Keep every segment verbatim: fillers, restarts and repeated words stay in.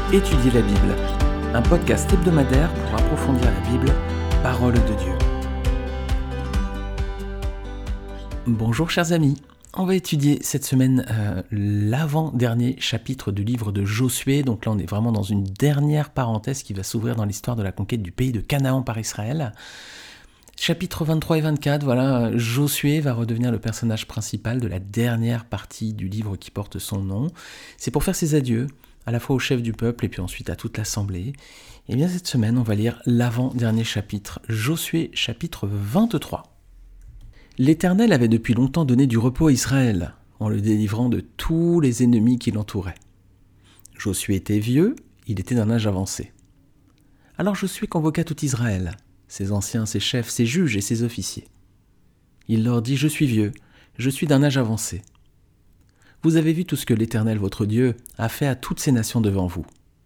Étudier la Bible, un podcast hebdomadaire pour approfondir la Bible, parole de Dieu. Bonjour chers amis, on va étudier cette semaine euh, l'avant-dernier chapitre du livre de Josué. Donc là on est vraiment dans une dernière parenthèse qui va s'ouvrir dans l'histoire de la conquête du pays de Canaan par Israël. Chapitres vingt-trois et vingt-quatre, voilà, Josué va redevenir le personnage principal de la dernière partie du livre qui porte son nom. C'est pour faire ses adieux, à la fois au chef du peuple et puis ensuite à toute l'assemblée. Et bien cette semaine, on va lire l'avant-dernier chapitre, Josué chapitre vingt-trois. L'Éternel avait depuis longtemps donné du repos à Israël, en le délivrant de tous les ennemis qui l'entouraient. Josué était vieux, il était d'un âge avancé. Alors Josué convoqua tout Israël, ses anciens, ses chefs, ses juges et ses officiers. Il leur dit « Je suis vieux, je suis d'un âge avancé. Vous avez vu tout ce que l'Éternel, votre Dieu, a fait à toutes ces nations devant vous.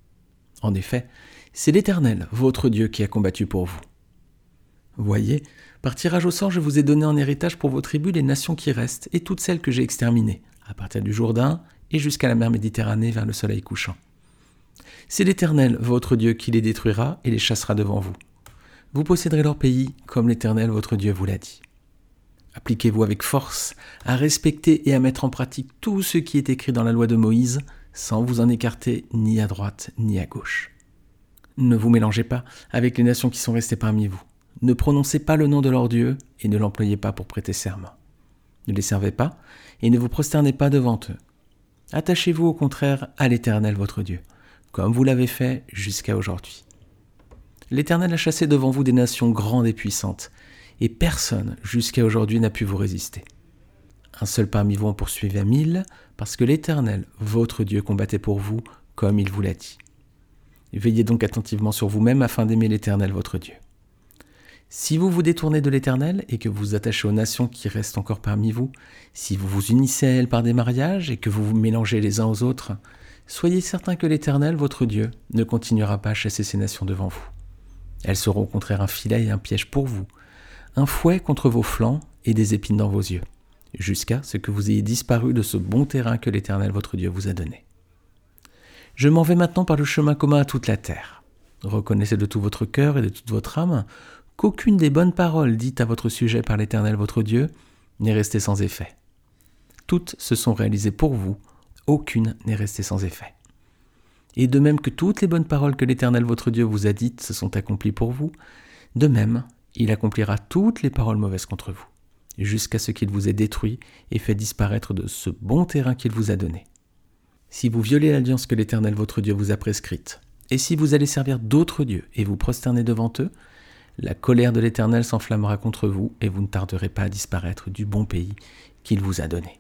En effet, c'est l'Éternel, votre Dieu, qui a combattu pour vous. Voyez, par tirage au sort, je vous ai donné en héritage pour vos tribus les nations qui restent et toutes celles que j'ai exterminées, à partir du Jourdain et jusqu'à la mer Méditerranée vers le soleil couchant. C'est l'Éternel, votre Dieu, qui les détruira et les chassera devant vous. Vous posséderez leur pays, comme l'Éternel, votre Dieu, vous l'a dit. Appliquez-vous avec force à respecter et à mettre en pratique tout ce qui est écrit dans la loi de Moïse, sans vous en écarter ni à droite ni à gauche. Ne vous mélangez pas avec les nations qui sont restées parmi vous. Ne prononcez pas le nom de leur Dieu et ne l'employez pas pour prêter serment. Ne les servez pas et ne vous prosternez pas devant eux. Attachez-vous au contraire à l'Éternel votre Dieu, comme vous l'avez fait jusqu'à aujourd'hui. L'Éternel a chassé devant vous des nations grandes et puissantes, et personne jusqu'à aujourd'hui n'a pu vous résister. Un seul parmi vous en poursuivait mille, parce que l'Éternel, votre Dieu, combattait pour vous, comme il vous l'a dit. Veillez donc attentivement sur vous-même afin d'aimer l'Éternel, votre Dieu. Si vous vous détournez de l'Éternel et que vous vous attachez aux nations qui restent encore parmi vous, si vous vous unissez à elles par des mariages et que vous vous mélangez les uns aux autres, soyez certains que l'Éternel, votre Dieu, ne continuera pas à chasser ces nations devant vous. Elles seront au contraire un filet et un piège pour vous, un fouet contre vos flancs et des épines dans vos yeux, jusqu'à ce que vous ayez disparu de ce bon terrain que l'Éternel votre Dieu vous a donné. Je m'en vais maintenant par le chemin commun à toute la terre. Reconnaissez de tout votre cœur et de toute votre âme qu'aucune des bonnes paroles dites à votre sujet par l'Éternel votre Dieu n'est restée sans effet. Toutes se sont réalisées pour vous, aucune n'est restée sans effet. Et de même que toutes les bonnes paroles que l'Éternel votre Dieu vous a dites se sont accomplies pour vous, de même, il accomplira toutes les paroles mauvaises contre vous, jusqu'à ce qu'il vous ait détruit et fait disparaître de ce bon terrain qu'il vous a donné. Si vous violez l'alliance que l'Éternel votre Dieu vous a prescrite, et si vous allez servir d'autres dieux et vous prosterner devant eux, la colère de l'Éternel s'enflammera contre vous et vous ne tarderez pas à disparaître du bon pays qu'il vous a donné.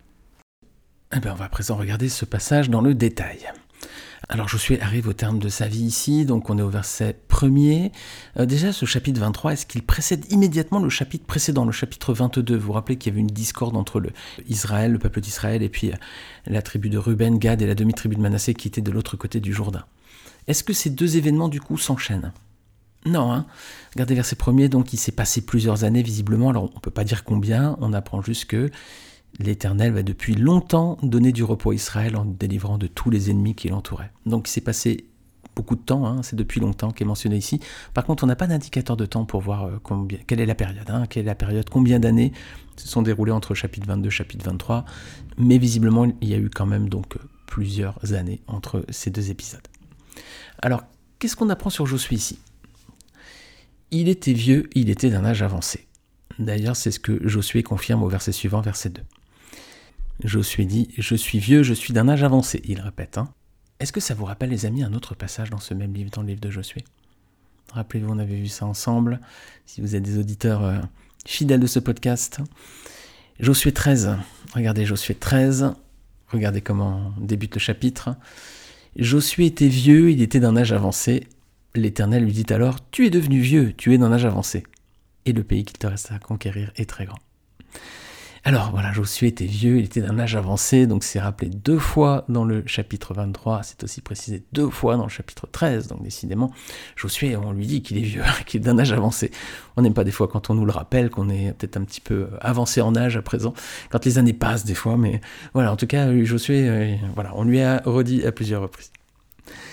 Eh bien, on va à présent regarder ce passage dans le détail. Alors Josué arrive au terme de sa vie ici, donc on est au verset premier. Euh, déjà ce chapitre vingt-trois, est-ce qu'il précède immédiatement le chapitre précédent, le chapitre vingt-deux? Vous vous rappelez qu'il y avait une discorde entre le Israël, le peuple d'Israël, et puis euh, la tribu de Ruben, Gad et la demi-tribu de Manassé qui étaient de l'autre côté du Jourdain. Est-ce que ces deux événements du coup s'enchaînent? Non, hein. Regardez verset premier, donc il s'est passé plusieurs années visiblement, alors on ne peut pas dire combien, on apprend juste que l'Éternel va depuis longtemps donner du repos à Israël en délivrant de tous les ennemis qui l'entouraient. Donc il s'est passé beaucoup de temps, hein, c'est depuis longtemps qui est mentionné ici. Par contre, on n'a pas d'indicateur de temps pour voir euh, combien, quelle est la période, hein, quelle est la période, combien d'années se sont déroulées entre chapitre vingt-deux et chapitre vingt-trois. Mais visiblement, il y a eu quand même donc plusieurs années entre ces deux épisodes. Alors, qu'est-ce qu'on apprend sur Josué ici? Il était vieux, il était d'un âge avancé. D'ailleurs, c'est ce que Josué confirme au verset suivant, verset deux. Josué dit « Je suis vieux, je suis d'un âge avancé », il répète. Hein. Est-ce que ça vous rappelle, les amis, un autre passage dans ce même livre, dans le livre de Josué? Rappelez-vous, on avait vu ça ensemble, si vous êtes des auditeurs euh, fidèles de ce podcast. Josué treize, regardez Josué treize, regardez comment débute le chapitre. Josué était vieux, il était d'un âge avancé. L'Éternel lui dit alors « Tu es devenu vieux, tu es d'un âge avancé. Et le pays qu'il te reste à conquérir est très grand. » Alors voilà, Josué était vieux, il était d'un âge avancé, donc c'est rappelé deux fois dans le chapitre vingt-trois, c'est aussi précisé deux fois dans le chapitre treize, donc décidément, Josué, on lui dit qu'il est vieux, qu'il est d'un âge avancé. On n'aime pas des fois quand on nous le rappelle, qu'on est peut-être un petit peu avancé en âge à présent, quand les années passent des fois, mais voilà, en tout cas, Josué, euh, voilà, on lui a redit à plusieurs reprises.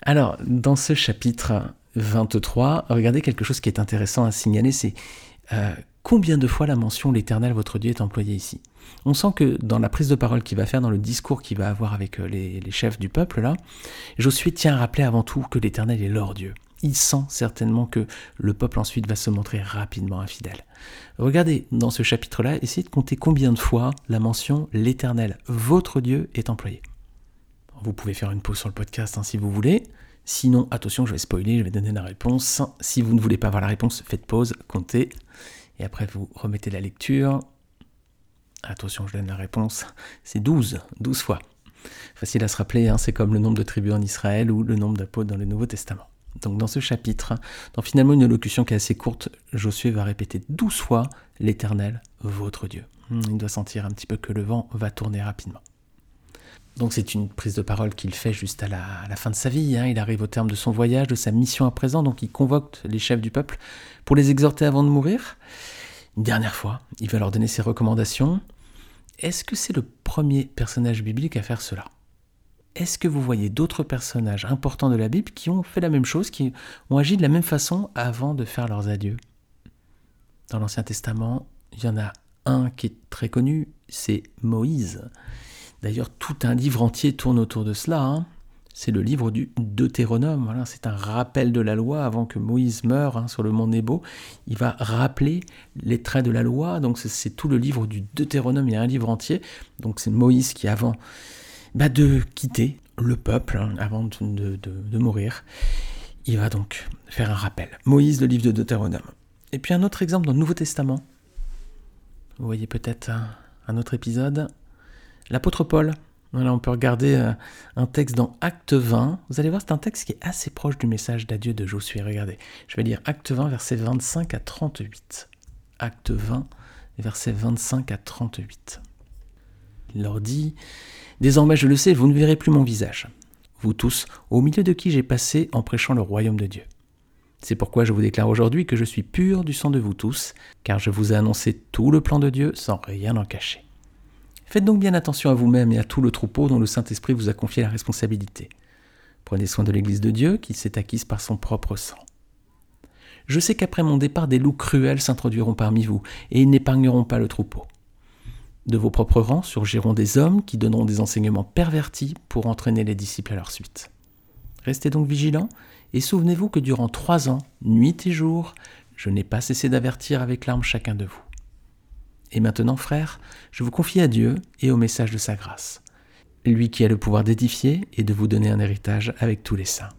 Alors, dans ce chapitre vingt-trois, regardez quelque chose qui est intéressant à signaler, c'est euh, combien de fois la mention « l'Éternel, votre Dieu » est employée ici. On sent que dans la prise de parole qu'il va faire, dans le discours qu'il va avoir avec les, les chefs du peuple, là, Josué tient à rappeler avant tout que l'Éternel est leur Dieu. Il sent certainement que le peuple ensuite va se montrer rapidement infidèle. Regardez, dans ce chapitre-là, essayez de compter combien de fois la mention « l'Éternel, votre Dieu » est employée. Vous pouvez faire une pause sur le podcast hein, si vous voulez. Sinon, attention, je vais spoiler, je vais donner la réponse. Si vous ne voulez pas avoir la réponse, faites pause, comptez. Et après, vous remettez la lecture. Attention, je donne la réponse. C'est douze, douze fois. Facile à se rappeler, hein, c'est comme le nombre de tribus en Israël ou le nombre d'apôtres dans le Nouveau Testament. Donc dans ce chapitre, dans finalement une locution qui est assez courte, Josué va répéter douze fois « l'Éternel, votre Dieu ». Il doit sentir un petit peu que le vent va tourner rapidement. Donc c'est une prise de parole qu'il fait juste à la, à la fin de sa vie. Hein. Il arrive au terme de son voyage, de sa mission à présent, donc il convoque les chefs du peuple pour les exhorter avant de mourir. Une dernière fois, il va leur donner ses recommandations. Est-ce que c'est le premier personnage biblique à faire cela ? Est-ce que vous voyez d'autres personnages importants de la Bible qui ont fait la même chose, qui ont agi de la même façon avant de faire leurs adieux ? Dans l'Ancien Testament, il y en a un qui est très connu, c'est Moïse. D'ailleurs, tout un livre entier tourne autour de cela. Hein. C'est le livre du Deutéronome. Voilà, c'est un rappel de la loi avant que Moïse meure hein, sur le mont Nebo. Il va rappeler les traits de la loi. Donc c'est, c'est tout le livre du Deutéronome. Il y a un livre entier. Donc c'est Moïse qui, avant bah, de quitter le peuple, hein, avant de, de, de, de mourir, il va donc faire un rappel. Moïse, le livre de Deutéronome. Et puis un autre exemple dans le Nouveau Testament. Vous voyez peut-être un, un autre épisode. L'apôtre Paul. Voilà, on peut regarder euh, un texte dans Acte vingt. Vous allez voir, c'est un texte qui est assez proche du message d'adieu de Josué. Regardez, je vais lire Acte vingt, versets vingt-cinq à trente-huit. Acte vingt, versets vingt-cinq à trente-huit. Il leur dit « Désormais, je le sais, vous ne verrez plus mon visage. Vous tous, au milieu de qui j'ai passé en prêchant le royaume de Dieu. C'est pourquoi je vous déclare aujourd'hui que je suis pur du sang de vous tous, car je vous ai annoncé tout le plan de Dieu sans rien en cacher. Faites donc bien attention à vous-même et à tout le troupeau dont le Saint-Esprit vous a confié la responsabilité. Prenez soin de l'Église de Dieu qui s'est acquise par son propre sang. Je sais qu'après mon départ, des loups cruels s'introduiront parmi vous et ils n'épargneront pas le troupeau. De vos propres rangs surgiront des hommes qui donneront des enseignements pervertis pour entraîner les disciples à leur suite. Restez donc vigilants et souvenez-vous que durant trois ans, nuit et jour, je n'ai pas cessé d'avertir avec larmes chacun de vous. Et maintenant, frères, je vous confie à Dieu et au message de sa grâce, lui qui a le pouvoir d'édifier et de vous donner un héritage avec tous les saints.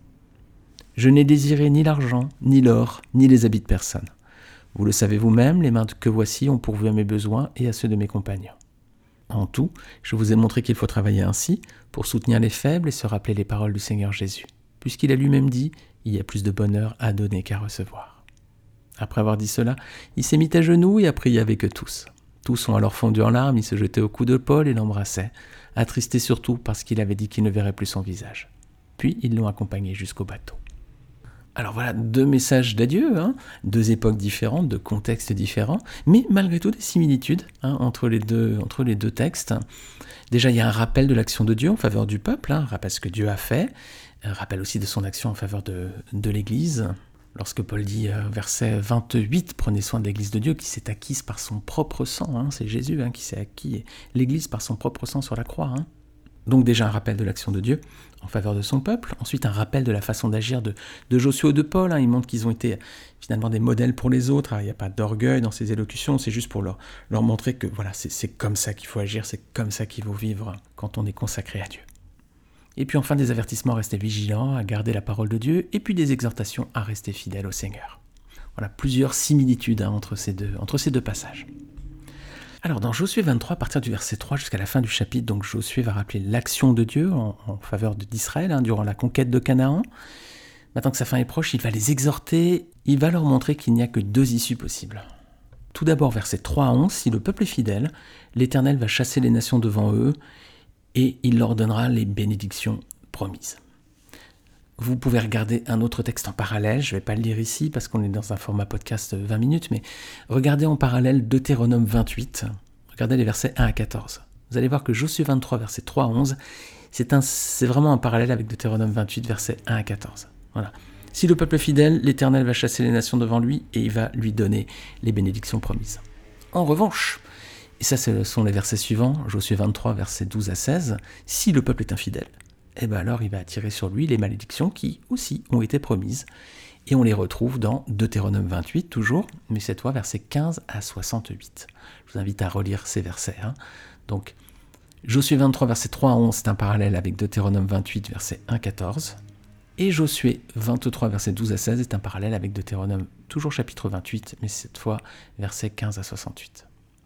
Je n'ai désiré ni l'argent, ni l'or, ni les habits de personne. Vous le savez vous-même, les mains que voici ont pourvu à mes besoins et à ceux de mes compagnons. En tout, je vous ai montré qu'il faut travailler ainsi pour soutenir les faibles et se rappeler les paroles du Seigneur Jésus, puisqu'il a lui-même dit « Il y a plus de bonheur à donner qu'à recevoir ». Après avoir dit cela, il s'est mis à genoux et a prié avec eux tous. Tous ont alors fondu en larmes, il se jetait au cou de Paul et l'embrassait, attristé surtout parce qu'il avait dit qu'il ne verrait plus son visage. Puis ils l'ont accompagné jusqu'au bateau. Alors voilà, deux messages d'adieu, hein, deux époques différentes, deux contextes différents, mais malgré tout des similitudes hein, entre, les deux, entre les deux textes. Déjà, il y a un rappel de l'action de Dieu en faveur du peuple, hein, un rappel de ce que Dieu a fait, un rappel aussi de son action en faveur de, de l'Église. Lorsque Paul dit, euh, verset vingt-huit, « Prenez soin de l'Église de Dieu qui s'est acquise par son propre sang hein, », c'est Jésus hein, qui s'est acquis l'Église par son propre sang sur la croix. Hein. Donc déjà un rappel de l'action de Dieu en faveur de son peuple. Ensuite un rappel de la façon d'agir de, de Josué et de Paul. Hein. Ils montrent qu'ils ont été finalement des modèles pour les autres. Alors, il n'y a pas d'orgueil dans ces élocutions, c'est juste pour leur, leur montrer que voilà, c'est, c'est comme ça qu'il faut agir, c'est comme ça qu'il faut vivre quand on est consacré à Dieu. Et puis enfin des avertissements à rester vigilants, à garder la parole de Dieu, et puis des exhortations à rester fidèles au Seigneur. Voilà plusieurs similitudes hein, entre, ces deux, entre ces deux passages. Alors dans Josué vingt-trois, à partir du verset trois jusqu'à la fin du chapitre, donc Josué va rappeler l'action de Dieu en, en faveur d'Israël hein, durant la conquête de Canaan. Maintenant que sa fin est proche, il va les exhorter, il va leur montrer qu'il n'y a que deux issues possibles. Tout d'abord, versets trois à onze, si le peuple est fidèle, l'Éternel va chasser les nations devant eux, et il leur donnera les bénédictions promises. Vous pouvez regarder un autre texte en parallèle, je ne vais pas le lire ici parce qu'on est dans un format podcast vingt minutes, mais regardez en parallèle Deutéronome vingt-huit, regardez les versets un à quatorze. Vous allez voir que Josué vingt-trois, versets trois à onze, C'est, un, c'est vraiment un parallèle avec Deutéronome vingt-huit, versets un à quatorze. Voilà. Si le peuple est fidèle, l'Éternel va chasser les nations devant lui et il va lui donner les bénédictions promises. En revanche, et ça ce sont les versets suivants, Josué vingt-trois, versets douze à seize, si le peuple est infidèle, eh ben alors il va attirer sur lui les malédictions qui aussi ont été promises. Et on les retrouve dans Deutéronome vingt-huit, toujours, mais cette fois versets quinze à soixante-huit. Je vous invite à relire ces versets. Hein. Donc, Josué vingt-trois, versets trois à onze, c'est un parallèle avec Deutéronome vingt-huit, versets un à quatorze. Et Josué vingt-trois, versets douze à seize, est un parallèle avec Deutéronome, toujours chapitre vingt-huit, mais cette fois versets quinze à soixante-huit.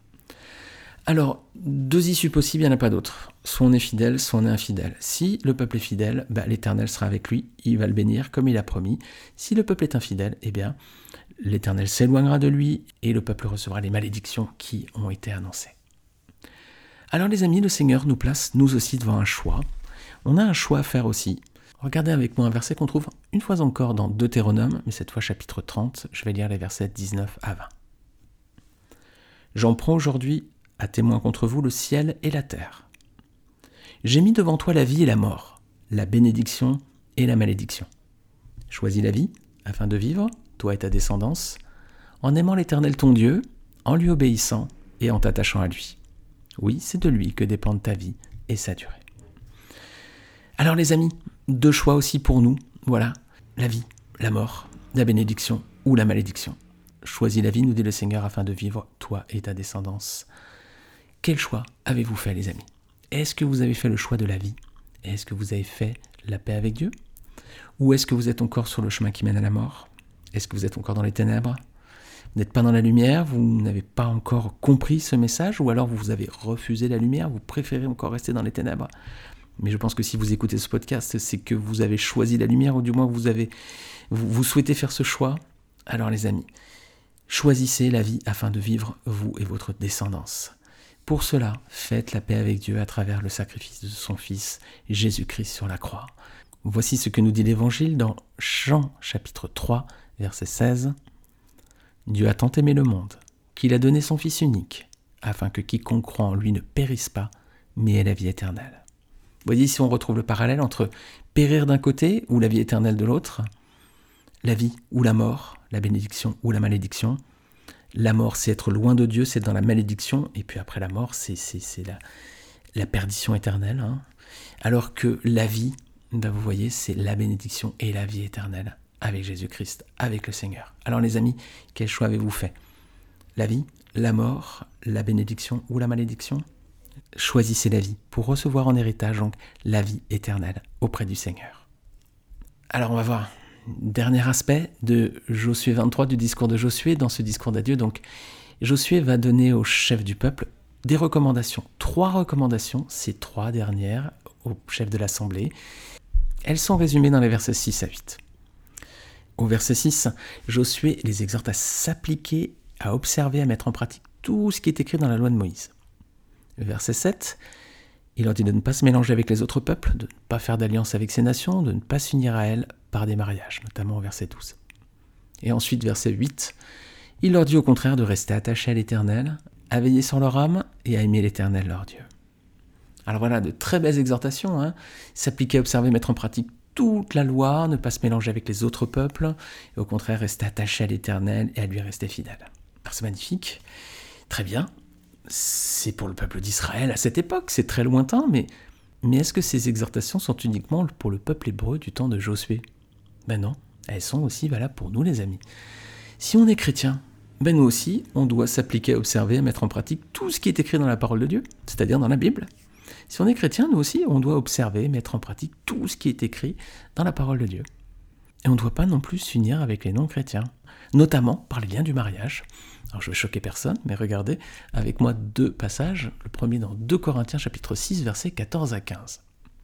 Alors, deux issues possibles, il n'y en a pas d'autres. Soit on est fidèle, soit on est infidèle. Si le peuple est fidèle, bah, l'Éternel sera avec lui, il va le bénir comme il a promis. Si le peuple est infidèle, eh bien, l'Éternel s'éloignera de lui et le peuple recevra les malédictions qui ont été annoncées. Alors les amis, le Seigneur nous place, nous aussi, devant un choix. On a un choix à faire aussi. Regardez avec moi un verset qu'on trouve une fois encore dans Deutéronome, mais cette fois chapitre trente, je vais lire les versets dix-neuf à vingt. « J'en prends aujourd'hui à témoin contre vous le ciel et la terre. J'ai mis devant toi la vie et la mort, la bénédiction et la malédiction. Choisis la vie, afin de vivre, toi et ta descendance, en aimant l'Éternel ton Dieu, en lui obéissant et en t'attachant à lui. Oui, c'est de lui que dépendent ta vie et sa durée. » Alors les amis, deux choix aussi pour nous, voilà, la vie, la mort, la bénédiction ou la malédiction. Choisis la vie, nous dit le Seigneur, afin de vivre, toi et ta descendance. Quel choix avez-vous fait, les amis ? Est-ce que vous avez fait le choix de la vie ? Est-ce que vous avez fait la paix avec Dieu ? Ou est-ce que vous êtes encore sur le chemin qui mène à la mort ? Est-ce que vous êtes encore dans les ténèbres ? Vous n'êtes pas dans la lumière, vous n'avez pas encore compris ce message, ou alors vous avez refusé la lumière, vous préférez encore rester dans les ténèbres ? Mais je pense que si vous écoutez ce podcast, c'est que vous avez choisi la lumière, ou du moins vous, avez, vous, vous souhaitez faire ce choix. Alors les amis, choisissez la vie afin de vivre, vous et votre descendance. Pour cela, faites la paix avec Dieu à travers le sacrifice de son Fils, Jésus-Christ sur la croix. Voici ce que nous dit l'Évangile dans Jean chapitre trois, verset seize. « Dieu a tant aimé le monde, qu'il a donné son Fils unique, afin que quiconque croit en lui ne périsse pas, mais ait la vie éternelle. » Vous voyez ici on retrouve le parallèle entre périr d'un côté ou la vie éternelle de l'autre, la vie ou la mort, la bénédiction ou la malédiction. La mort, c'est être loin de Dieu, c'est dans la malédiction, et puis après la mort, c'est, c'est, c'est la, la perdition éternelle. Hein. Alors que la vie, ben vous voyez, c'est la bénédiction et la vie éternelle avec Jésus-Christ, avec le Seigneur. Alors les amis, quel choix avez-vous fait ? La vie, la mort, la bénédiction ou la malédiction ? Choisissez la vie pour recevoir en héritage donc la vie éternelle auprès du Seigneur. Alors on va voir dernier aspect de Josué vingt-trois, du discours de Josué. Dans ce discours d'adieu, donc, Josué va donner au chef du peuple des recommandations. Trois recommandations, ces trois dernières, au chef de l'assemblée. Elles sont résumées dans les versets six à huit. Au verset six, Josué les exhorte à s'appliquer, à observer, à mettre en pratique tout ce qui est écrit dans la loi de Moïse. Verset sept, il leur dit de ne pas se mélanger avec les autres peuples, de ne pas faire d'alliance avec ces nations, de ne pas s'unir à elles par des mariages, notamment au verset douze. Et ensuite, verset huit, il leur dit au contraire de rester attachés à l'Éternel, à veiller sur leur âme et à aimer l'Éternel leur Dieu. Alors voilà, de très belles exhortations, hein. S'appliquer, observer, mettre en pratique toute la loi, ne pas se mélanger avec les autres peuples, et au contraire rester attaché à l'Éternel et à lui rester fidèle. Alors c'est magnifique, très bien. C'est pour le peuple d'Israël à cette époque, c'est très lointain, mais, mais est-ce que ces exhortations sont uniquement pour le peuple hébreu du temps de Josué ? Ben non, elles sont aussi valables pour nous les amis. Si on est chrétien, ben nous aussi, on doit s'appliquer à observer, à mettre en pratique tout ce qui est écrit dans la parole de Dieu, c'est-à-dire dans la Bible. Si on est chrétien, nous aussi, on doit observer, mettre en pratique tout ce qui est écrit dans la parole de Dieu. Et on ne doit pas non plus s'unir avec les non-chrétiens, notamment par les liens du mariage. Alors je ne vais choquer personne, mais regardez avec moi deux passages. Le premier dans deux Corinthiens chapitre six, versets quatorze à quinze.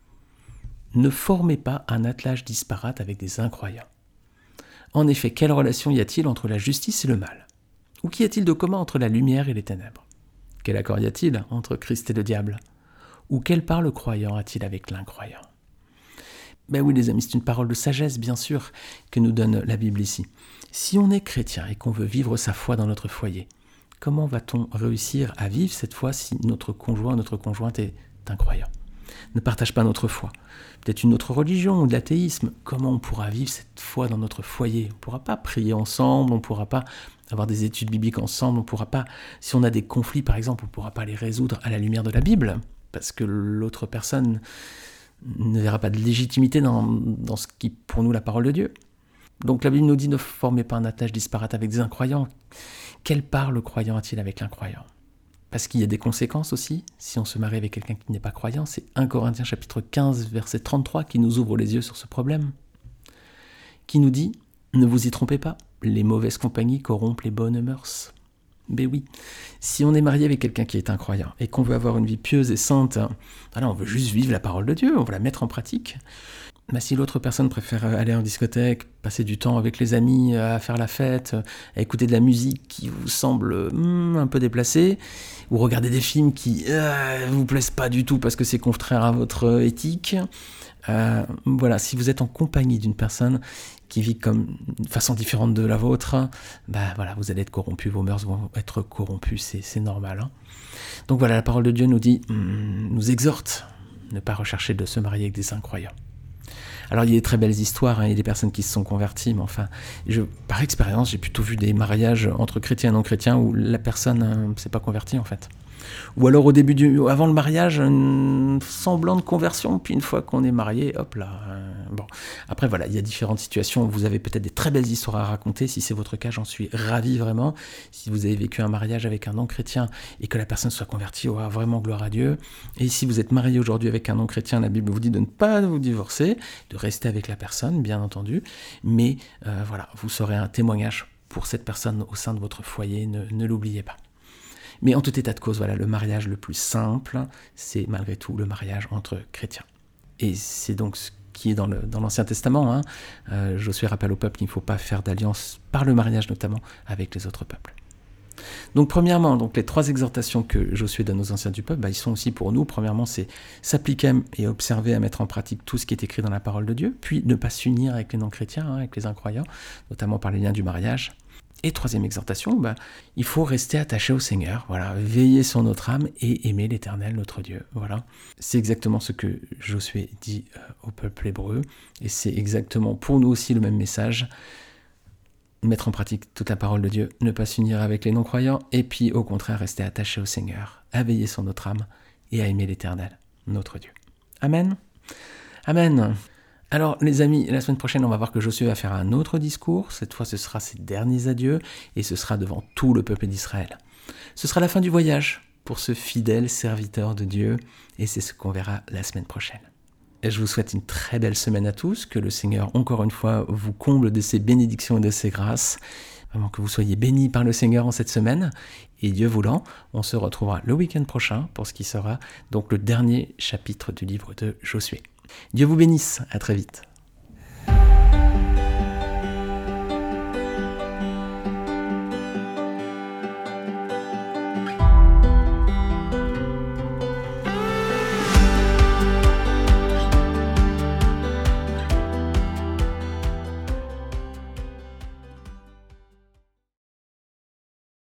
« Ne formez pas un attelage disparate avec des incroyants. En effet, quelle relation y a-t-il entre la justice et le mal ? Ou qu'y a-t-il de commun entre la lumière et les ténèbres ? Quel accord y a-t-il entre Christ et le diable ? Ou quelle part le croyant a-t-il avec l'incroyant ? » Ben oui les amis, c'est une parole de sagesse bien sûr que nous donne la Bible ici. Si on est chrétien et qu'on veut vivre sa foi dans notre foyer, comment va-t-on réussir à vivre cette foi si notre conjoint, notre conjointe est incroyant ? ne partagent pas notre foi. Peut-être une autre religion ou de l'athéisme. Comment on pourra vivre cette foi dans notre foyer ? On ne pourra pas prier ensemble, on ne pourra pas avoir des études bibliques ensemble, on ne pourra pas, si on a des conflits par exemple, on ne pourra pas les résoudre à la lumière de la Bible, parce que l'autre personne ne verra pas de légitimité dans, dans ce qui est pour nous la parole de Dieu. Donc la Bible nous dit ne formez pas un attelage disparate avec des incroyants. Quelle part le croyant a-t-il avec l'incroyant ? Parce qu'il y a des conséquences aussi, si on se marie avec quelqu'un qui n'est pas croyant. C'est un Corinthiens chapitre quinze, verset trente-trois qui nous ouvre les yeux sur ce problème. Qui nous dit « Ne vous y trompez pas, les mauvaises compagnies corrompent les bonnes mœurs. » Ben oui, si on est marié avec quelqu'un qui est incroyant et qu'on veut avoir une vie pieuse et sainte, voilà, on veut juste vivre la parole de Dieu, on veut la mettre en pratique. Ben si l'autre personne préfère aller en discothèque, passer du temps avec les amis, à faire la fête, à écouter de la musique qui vous semble hmm, un peu déplacée, ou regarder des films qui ne euh, vous plaisent pas du tout parce que c'est contraire à votre éthique, euh, voilà, si vous êtes en compagnie d'une personne qui vit comme une façon différente de la vôtre, ben voilà, vous allez être corrompu, vos mœurs vont être corrompues, c'est, c'est normal. Hein. Donc voilà, la parole de Dieu nous dit, hmm, nous exhorte, ne pas rechercher de se marier avec des incroyants. Alors il y a des très belles histoires, hein, il y a des personnes qui se sont converties, mais enfin, je, par expérience, j'ai plutôt vu des mariages entre chrétiens et non-chrétiens où la personne ne euh, s'est pas convertie en fait. Ou alors au début du, avant le mariage, un semblant de conversion, puis une fois qu'on est marié, hop là. Euh, bon, après voilà, il y a différentes situations. Vous avez peut-être des très belles histoires à raconter. Si c'est votre cas, j'en suis ravi vraiment. Si vous avez vécu un mariage avec un non-chrétien et que la personne soit convertie, oh, vraiment gloire à Dieu. Et si vous êtes marié aujourd'hui avec un non-chrétien, la Bible vous dit de ne pas vous divorcer, de rester avec la personne, bien entendu. Mais euh, voilà, vous serez un témoignage pour cette personne au sein de votre foyer. Ne, ne l'oubliez pas. Mais en tout état de cause, voilà, le mariage le plus simple, c'est malgré tout le mariage entre chrétiens. Et c'est donc ce qui est dans, le, dans l'Ancien Testament. Hein. Euh, Josué rappelle au peuple qu'il ne faut pas faire d'alliance, par le mariage notamment, avec les autres peuples. Donc premièrement, donc, les trois exhortations que Josué donne aux anciens du peuple, bah, ils sont aussi pour nous. Premièrement, c'est s'appliquer et observer à mettre en pratique tout ce qui est écrit dans la parole de Dieu, puis ne pas s'unir avec les non-chrétiens, hein, avec les incroyants, notamment par les liens du mariage. Et troisième exhortation, bah, il faut rester attaché au Seigneur, voilà, veiller sur notre âme et aimer l'Éternel, notre Dieu. Voilà. C'est exactement ce que Josué dit euh, au peuple hébreu, et c'est exactement pour nous aussi le même message. Mettre en pratique toute la parole de Dieu, ne pas s'unir avec les non-croyants, et puis au contraire rester attaché au Seigneur, à veiller sur notre âme et à aimer l'Éternel, notre Dieu. Amen. Amen. Alors les amis, la semaine prochaine, on va voir que Josué va faire un autre discours. Cette fois, ce sera ses derniers adieux et ce sera devant tout le peuple d'Israël. Ce sera la fin du voyage pour ce fidèle serviteur de Dieu et c'est ce qu'on verra la semaine prochaine. Et je vous souhaite une très belle semaine à tous, que le Seigneur, encore une fois, vous comble de ses bénédictions et de ses grâces. Vraiment que vous soyez bénis par le Seigneur en cette semaine. Et Dieu voulant, on se retrouvera le week-end prochain pour ce qui sera donc le dernier chapitre du livre de Josué. Dieu vous bénisse, à très vite.